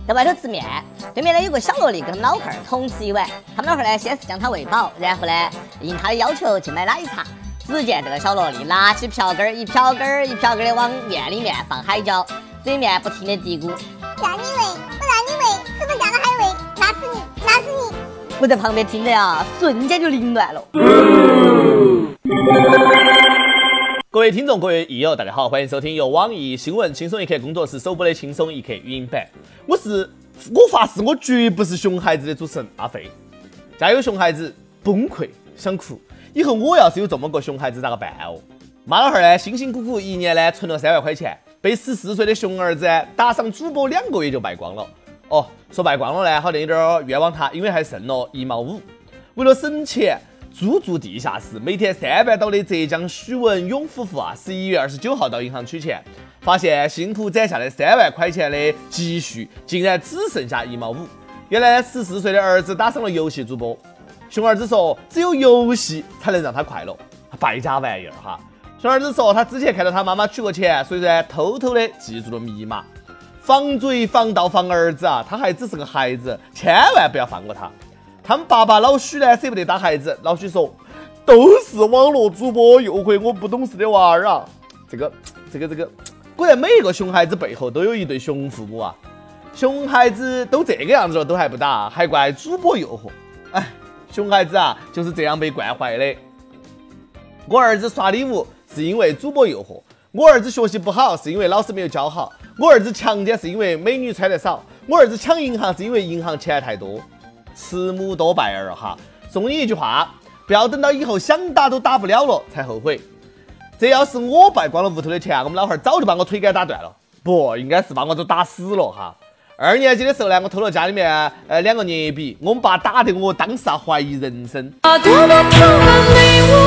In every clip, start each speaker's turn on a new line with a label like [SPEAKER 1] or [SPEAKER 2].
[SPEAKER 1] 在外头吃面，对面呢有个小萝莉跟老汉儿同吃一碗，他们老汉儿呢先是将他喂饱，然后呢应他的要求去买奶茶。只见这个小萝莉拿起瓢根儿，一瓢根儿的往面里面放海椒，嘴面不停的嘀咕：
[SPEAKER 2] 让你喂，不让你喂，吃不下了还喂，辣死你，辣死你！
[SPEAKER 1] 我在旁边听的呀，瞬间就凌乱了。
[SPEAKER 3] 各位听众，各位益友，大家好，欢迎收听由网易新闻轻松一刻工作室首播的轻松一刻语音版。我发誓，我绝不是熊孩子的主持人阿飞。家有熊孩子崩溃想哭，以后我要是有这么个熊孩子咋个办哦？妈老汉儿呢，辛辛苦苦一年呢存了3万块钱，被14岁的熊儿子打赏主播2个月就败光了。哦，说败光了呢，好像有点冤枉他，因为还剩了1毛5。为了省钱，租住地下室，每天3万刀的浙江许文勇夫妇11月29号到银行取钱，发现辛苦攒下的3万块钱的积蓄竟然只剩下1毛5。原来14岁的儿子打赏了游戏主播，熊儿子说只有游戏才能让他快乐，败家玩意儿哈。熊儿子说他之前看到他妈妈取过钱，所以呢偷偷的记住了密码。防贼防盗防儿子啊，他还只是个孩子，千万不要放过他。他们爸爸老许呢舍不得打孩子，老许说都是网络主播诱惑我不懂事的娃儿啊。这个，果然每一个熊孩子背后都有一对熊父母啊。熊孩子都这个样子了，都还不打，还怪主播诱惑。哎，熊孩子啊就是这样被惯坏的。我儿子刷礼物是因为主播诱惑，我儿子学习不好是因为老师没有教好，我儿子强奸是因为美女穿得少，我儿子抢银行是因为银行钱太多。慈母多败儿哈，送你一句话，不要等到以后想打都打不了了才后悔。这要是我败光了屋头的钱，我们老汉儿早就把我腿给打断了，不应该是把我都打死了哈。2年级的时候呢，我偷了家里面2个捏笔，我们爸打得我当时怀疑人生。
[SPEAKER 4] 多么漂亮礼物，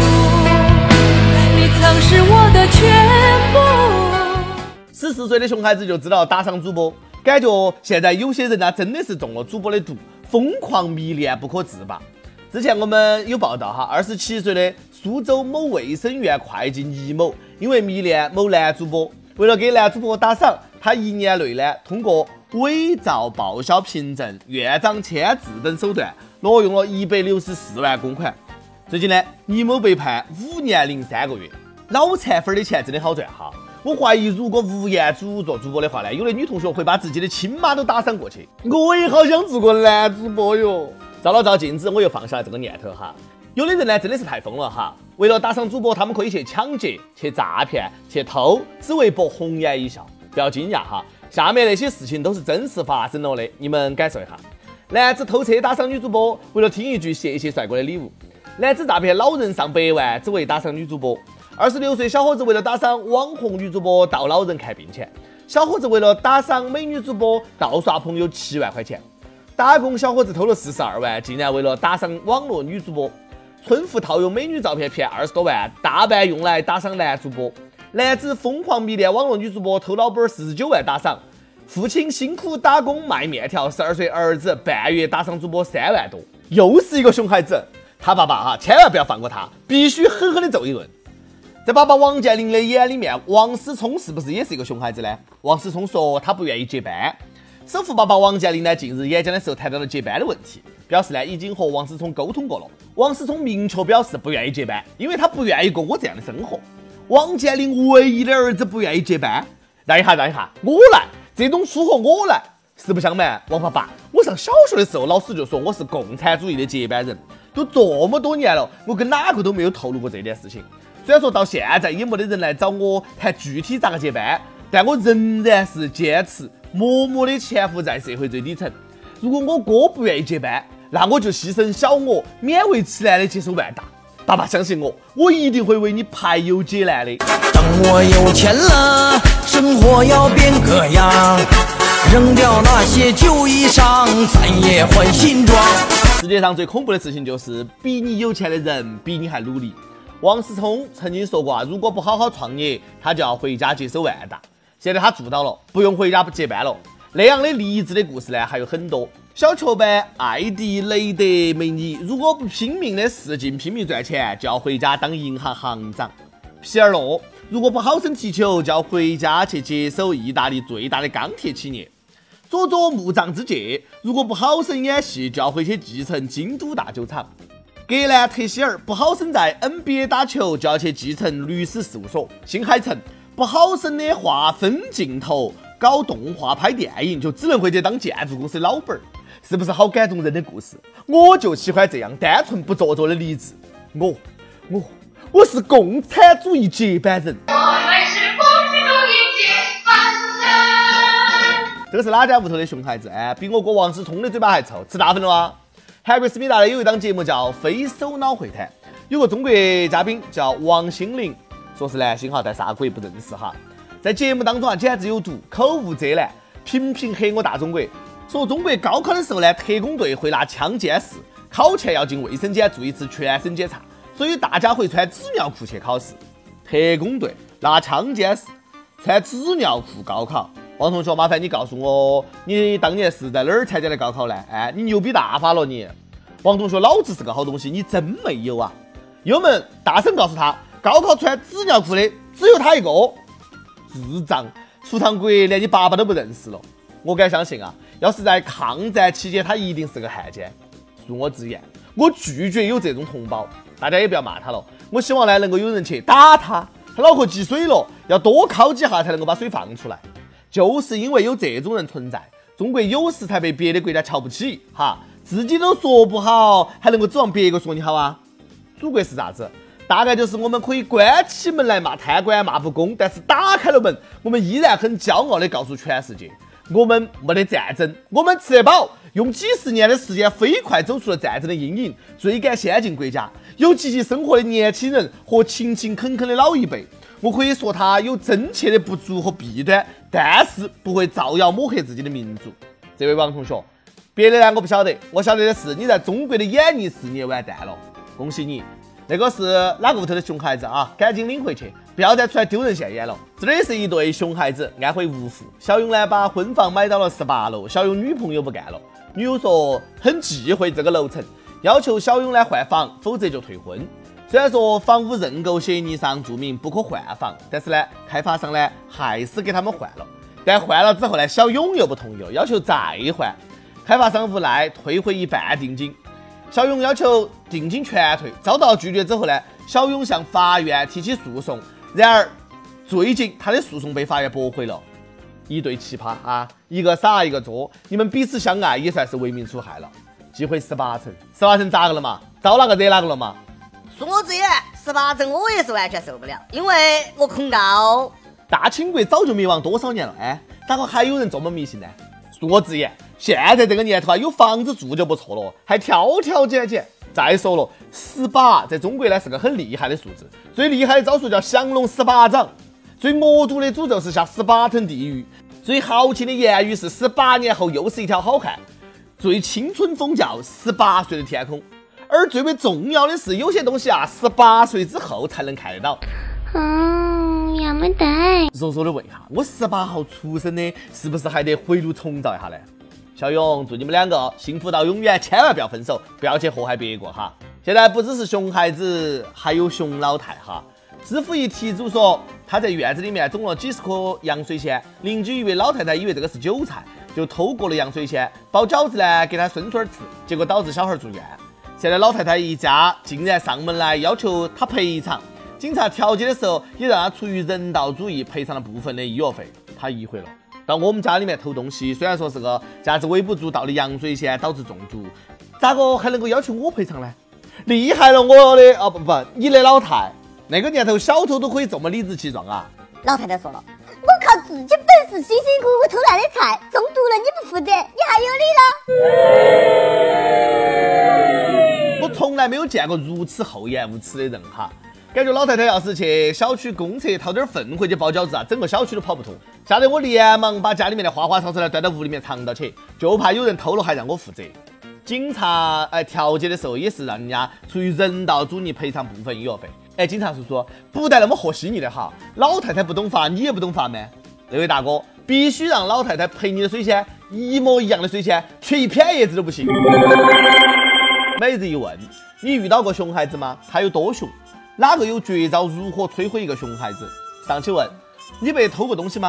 [SPEAKER 4] 你曾是我的全部。
[SPEAKER 3] 14岁的熊孩子就知道打赏主播，感觉现在有些人呢真的是中了主播的毒，疯狂迷恋不可自拔。之前我们有报道哈，27岁的苏州某卫生院会计倪某，因为迷恋某男主播，为了给男主播打赏，他1年内呢通过伪造报销凭证、院长签字等手段，挪用了164万公款。最近呢，倪某被判5年零3个月。脑残粉的钱真的好赚哈！我怀疑，如果无颜主做主播的话呢，有的女同学会把自己的亲妈都打赏过去。我也好想做个男主播哟！照了照镜子，我又放下了这个念头哈。有的人呢真的是太疯了哈，为了打赏主播，他们可以去抢劫、去诈骗、去偷，只为博红颜一笑。不要惊讶哈，下面那些事情都是真实发生了的，你们感受一下。男子偷车打赏女主播，为了听一句谢谢帅哥的礼物；男子诈骗老人上100万，只为打赏女主播。26岁小伙子为了打赏网红女主播盗老人看病钱，小伙子为了打赏美女主播盗刷朋友7万块钱，打工小伙子偷了42万，竟然为了打赏网络女主播，村妇套用美女照片骗20多万，大半用来打赏男主播，男子疯狂迷恋网络女主播偷老本49万打赏，父亲辛苦打工卖面条，12岁儿子半月打赏主播3万多，又是一个熊孩子，他爸爸哈千万不要放过他，必须狠狠的揍一顿。在爸爸王健林的眼里面，王思聪是不是也是一个熊孩子呢？王思聪说他不愿意接班。首富爸爸王健林呢，近日演讲的时候谈到了接班的问题，表示呢已经和王思聪沟通过了。王思聪明确表示不愿意接班，因为他不愿意过我这样的生活。王健林唯一的儿子不愿意接班，让一下，我来，这种粗活我来。实不相瞒，王爸爸，我上小学的时候，老师就说我是共产主义的接班人，都这么多年了，我跟哪个都没有透露过这件事情。虽然说到现在也没得人来找我谈具体咋个接班，但我仍然是坚持默默的潜伏在社会最底层。如果我哥不愿意接班，那我就牺牲小我，勉为其难的接受万大。爸爸相信我，我一定会为你排忧解难的。
[SPEAKER 5] 等我有钱了，生活要变个样，扔掉那些旧衣裳，咱也换新装。
[SPEAKER 3] 世界上最恐怖的事情就是比你有钱的人比你还努力。王思聪曾经说过如果不好好创业，他就要回家接手万达。现在他做到了，不用回家接班了。那样的励志的故事呢还有很多。小雀斑、艾迪、雷德、梅尼，如果不拼命的使劲拼命赚钱，就要回家当银行行长。皮尔洛如果不好生踢球，就要回家去接手意大利最大的钢铁企业。 佐佐木藏之介，如果不好生演戏，就要回去继承京都大酒厂。格兰特希尔不好生在 NBA 打球，就要去继承律师事务所。新海诚不好生的话，分镜头搞动画拍电影，就只能回去当建筑公司老板儿。是不是好感动人的故事？我就喜欢这样单纯不做作的励志。我是共产主义接班人。
[SPEAKER 4] 我们是共产主义接班人。
[SPEAKER 3] 这个是哪家屋头的熊孩子？比我哥王思聪的嘴巴还臭，吃大粉了吗？韩国思密达的有一档节目叫《非首脑会谈》，有个中国嘉宾叫王心凌，说是男星哈，但啥鬼不认识哈。在节目当中啊，简直有毒，口无遮拦，频频黑我大中国。说中国高考的时候呢，特工队会拿枪监视，考前要进卫生间做一次全身检查，所以大家会穿纸尿裤去考试。特工队拿枪监视，穿纸尿裤高考。王同学，麻烦你告诉我，你当年是在哪儿参加的高考呢？你牛逼大发了你！王同学，老子是个好东西，你真没有啊！友们大声告诉他，高考穿纸尿裤的只有他一个，智障！出趟国连你爸爸都不认识了。我敢相信啊，要是在抗战期间，他一定是个汉奸。恕我直言，我拒绝有这种同胞。大家也不要骂他了，我希望呢能够有人去打他，他脑壳积水了，要多敲几下才能够把水放出来。就是因为有这种人存在，中国有时才被别的国家瞧不起哈，自己都说不好，还能够指望别个说你好啊？祖国是啥子？大概就是我们可以关起门来骂贪官骂不公，但是打开了门，我们依然很骄傲地告诉全世界，我们没得战争，我们吃得饱，用几十年的时间飞快走出了战争的阴影，追赶先进国家，有积极生活的年轻人和勤勤恳恳的老一辈。我可以说他有真切的不足和弊端，但是不会造谣抹黑自己的民族。这位王同学，别的呢我不晓得，我晓得的是你在中国的演艺事业完蛋了，恭喜你。那个是哪个屋头的熊孩子啊？赶紧领回去，不要再出来丢人现眼了。这里是一对熊孩子，安徽芜湖。小勇呢把婚房买到了18楼，小勇女朋友不干了，女友说很忌讳这个楼层，要求小勇来换房，否则就退婚。虽然说房屋认购协议上注明不可换房，但是呢，开发商呢还是给他们换了。但换了之后呢，小勇又不同意，要求再换。开发商无奈退回一半定金。小勇要求定金全退，遭到拒绝之后呢，小勇向法院提起诉讼。然而最近他的诉讼被法院驳回了。一对奇葩啊，一个傻一个作，你们彼此相爱也算是为民除害了。机会18层，18层咋个了嘛？招哪个惹哪个了嘛？
[SPEAKER 1] 恕我直言，18层我也是完全受不了，因为我恐高。
[SPEAKER 3] 大清国早就灭亡多少年了，咋个还有人这么迷信呢？恕我直言，现在这个年头啊，有房子住就不错了，还挑挑拣拣。再说了，18在中国呢是个很厉害的数字，最厉害的招数叫降龙18掌，最恶毒的诅咒是下18层地狱，最豪情的言语是18年后又是一条好汉，最青春风叫18岁的天空。而最为重要的是，有些东西啊，18岁之后才能看得到。
[SPEAKER 2] 要没得。
[SPEAKER 3] 弱弱的问一下，我18号出生的，是不是还得回炉重造一下呢？小勇，祝你们两个幸福到永远，千万不要分手，不要去祸害别个哈。现在不只是熊孩子，还有熊老太哈。知府一题主说，他在院子里面种了几十棵洋水仙，邻居一位老太太以为这个是韭菜，就偷过了洋水仙，包饺子呢给他孙孙儿吃，结果导致小孩住院。现在老太太一家竟然上门来要求他赔偿，警察调解的时候也让他出于人道主义赔偿了部分的医药费，他议会了。到我们家里面偷东西，虽然说是个价值微不足道的洋水仙导致中毒，咋个还能够要求我赔偿呢？厉害了我的不，你的老太，那个年头小偷都可以这么理直气壮啊！
[SPEAKER 2] 老太太说了，我靠自己本事辛辛苦苦偷来的菜，中毒了你不负责，你还有理了？
[SPEAKER 3] 我从来没有见过如此厚颜无耻的人哈！感觉老太太要是去小区公厕掏点粪回去包饺子啊，整个小区都跑不脱。吓得我连忙把家里面的花花草草呢端到屋里面藏到起，就怕有人偷了还让我负责。警察调解的时候也是让人家出于人道主义赔偿部分医药费。警察叔叔不带那么和稀泥的哈，老太太不懂法，你也不懂法吗？那位大哥，必须让老太太赔你的水仙一模一样的水仙，缺一片叶子都不行。每日一问，你遇到过熊孩子吗？他有多熊？哪个有绝招如何摧毁一个熊孩子？上期问，你被偷过东西吗？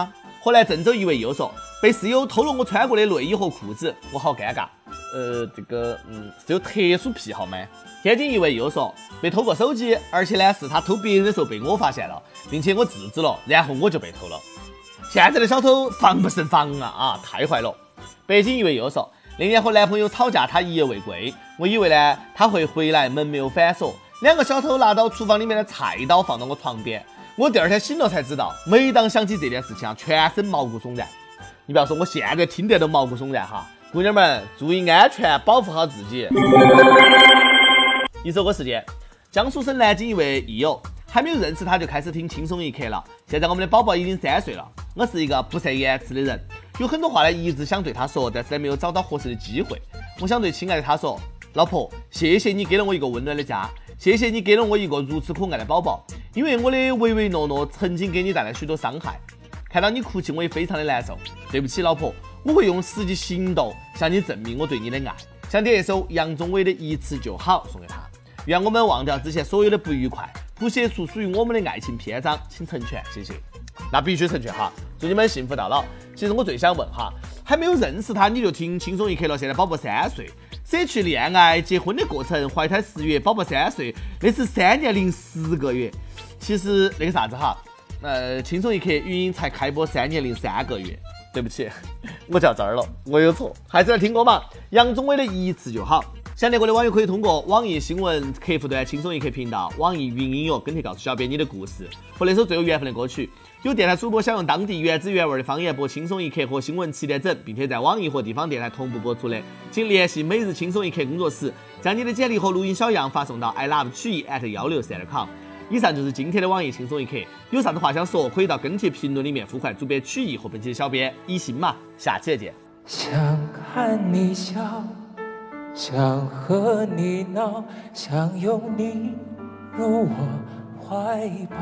[SPEAKER 3] 河南郑州一位又说，被室友偷了我穿过的内衣和裤子，我好尴尬。是有特殊癖好吗？天津一位又说，被偷过手机，而且呢是他偷别人的时候被我发现了，并且我制止了，然后我就被偷了。现在的小偷防不胜防啊，太坏了。北京一位又说，那年和男朋友吵架，他一夜未归，我以为呢他会回来，门没有反锁，两个小偷拿到厨房里面的菜刀放到我床边，我第二天醒了才知道，每当想起这件事情啊，全身毛骨悚然。你不要说，我现在听得都毛骨悚然哈。姑娘们注意安全，保护好自己。一首歌时间，江苏省南京一位益友还没有认识他就开始听轻松一刻了。现在我们的宝宝已经3岁了，我是一个不善言辞的人，有很多话呢一直想对他说，但是呢没有找到合适的机会。我想对亲爱的他说，老婆，谢谢你给了我一个温暖的家，谢谢你给了我一个如此可爱的宝宝，因为我的唯唯诺诺曾经给你带来许多伤害，看到你哭泣我也非常的难受，对不起老婆，我会用实际行动向你证明我对你的爱。想点一首杨宗纬的一次就好送给他，愿我们忘掉之前所有的不愉快，谱写出属于我们的爱情篇章，请成全，谢谢。那必须成全哈，祝你们幸福到老。其实我最想问哈，还没有认识他你就听轻松一刻了，现在宝宝3岁，舍去恋爱结婚的过程，怀胎10月，宝宝3岁，那是3年零10个月。其实那个啥子哈，轻松一刻语音才开播3年零3个月，对不起，我叫这儿了，我有错，还是来听歌嘛。杨宗纬的一次就好。想听过的网友可以通过网易新闻客户端轻松一刻频道、网易云音乐跟帖告诉小编你的故事和那首最有缘分的歌曲。有电台主播想用当地原汁原味的方言播轻松一刻和新闻7点整，并且在网易和地方电台同步播出的，请联系每日轻松一刻工作室，将你的简历和录音小样发送到 ilove曲艺@163.com。以上就是今天的网易轻松一刻，有啥子话想说，可以到跟帖评论里面呼唤主编曲艺和本期的小编一心嘛。下期再见。
[SPEAKER 6] 想看你笑，想和你闹，想拥你入我怀抱，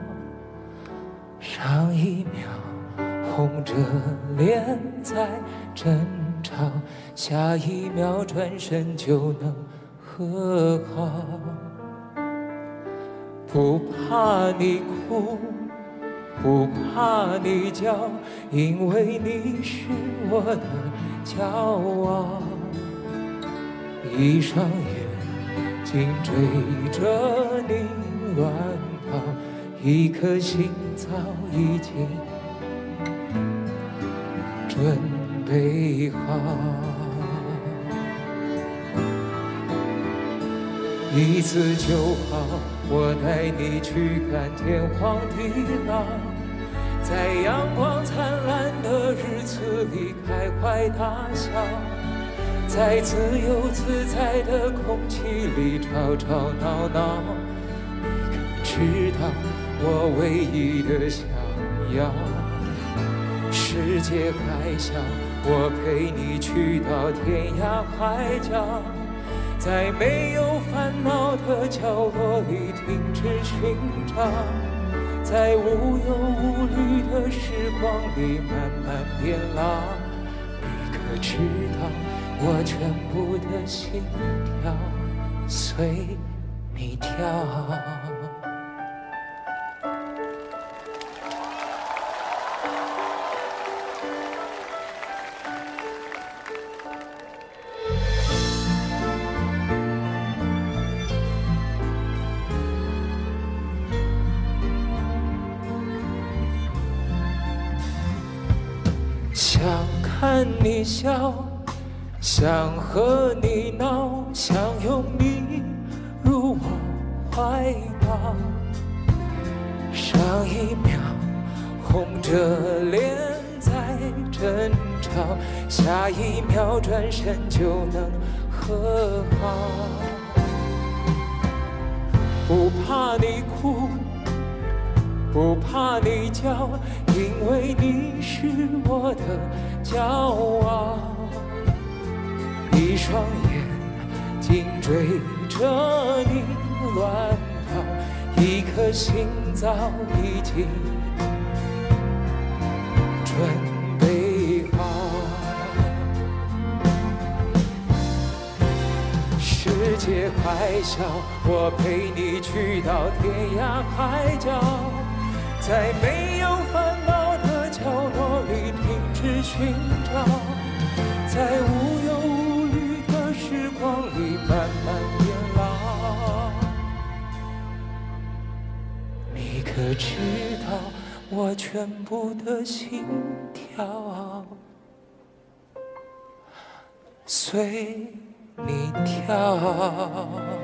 [SPEAKER 6] 上一秒红着脸在争吵，下一秒转身就能和好。不怕你哭，不怕你叫，因为你是我的骄傲。一双眼睛追着你乱跑，一颗心早已经准备好。一次就好，我带你去看天荒地老，在阳光灿烂的日子里开怀大笑，在自由自在的空气里吵吵闹闹。你可知道我唯一的想要？世界还小，我陪你去到天涯海角，在没有烦恼的角落里停止寻找，在无忧无虑的时光里慢慢变老。你可知道我全部的心跳随你跳。想看你笑，想和你闹，想拥你入我怀抱，上一秒红着脸在争吵，下一秒转身就能和好。不怕你哭，不怕你叫，因为你是我的骄傲。一双眼睛追着你乱跑，一颗心早已经准备好。世界还小，我陪你去到天涯海角，在没有烦恼的角落寻找，在无忧无虑的时光里慢慢变老。你可知道我全部的心跳随你跳？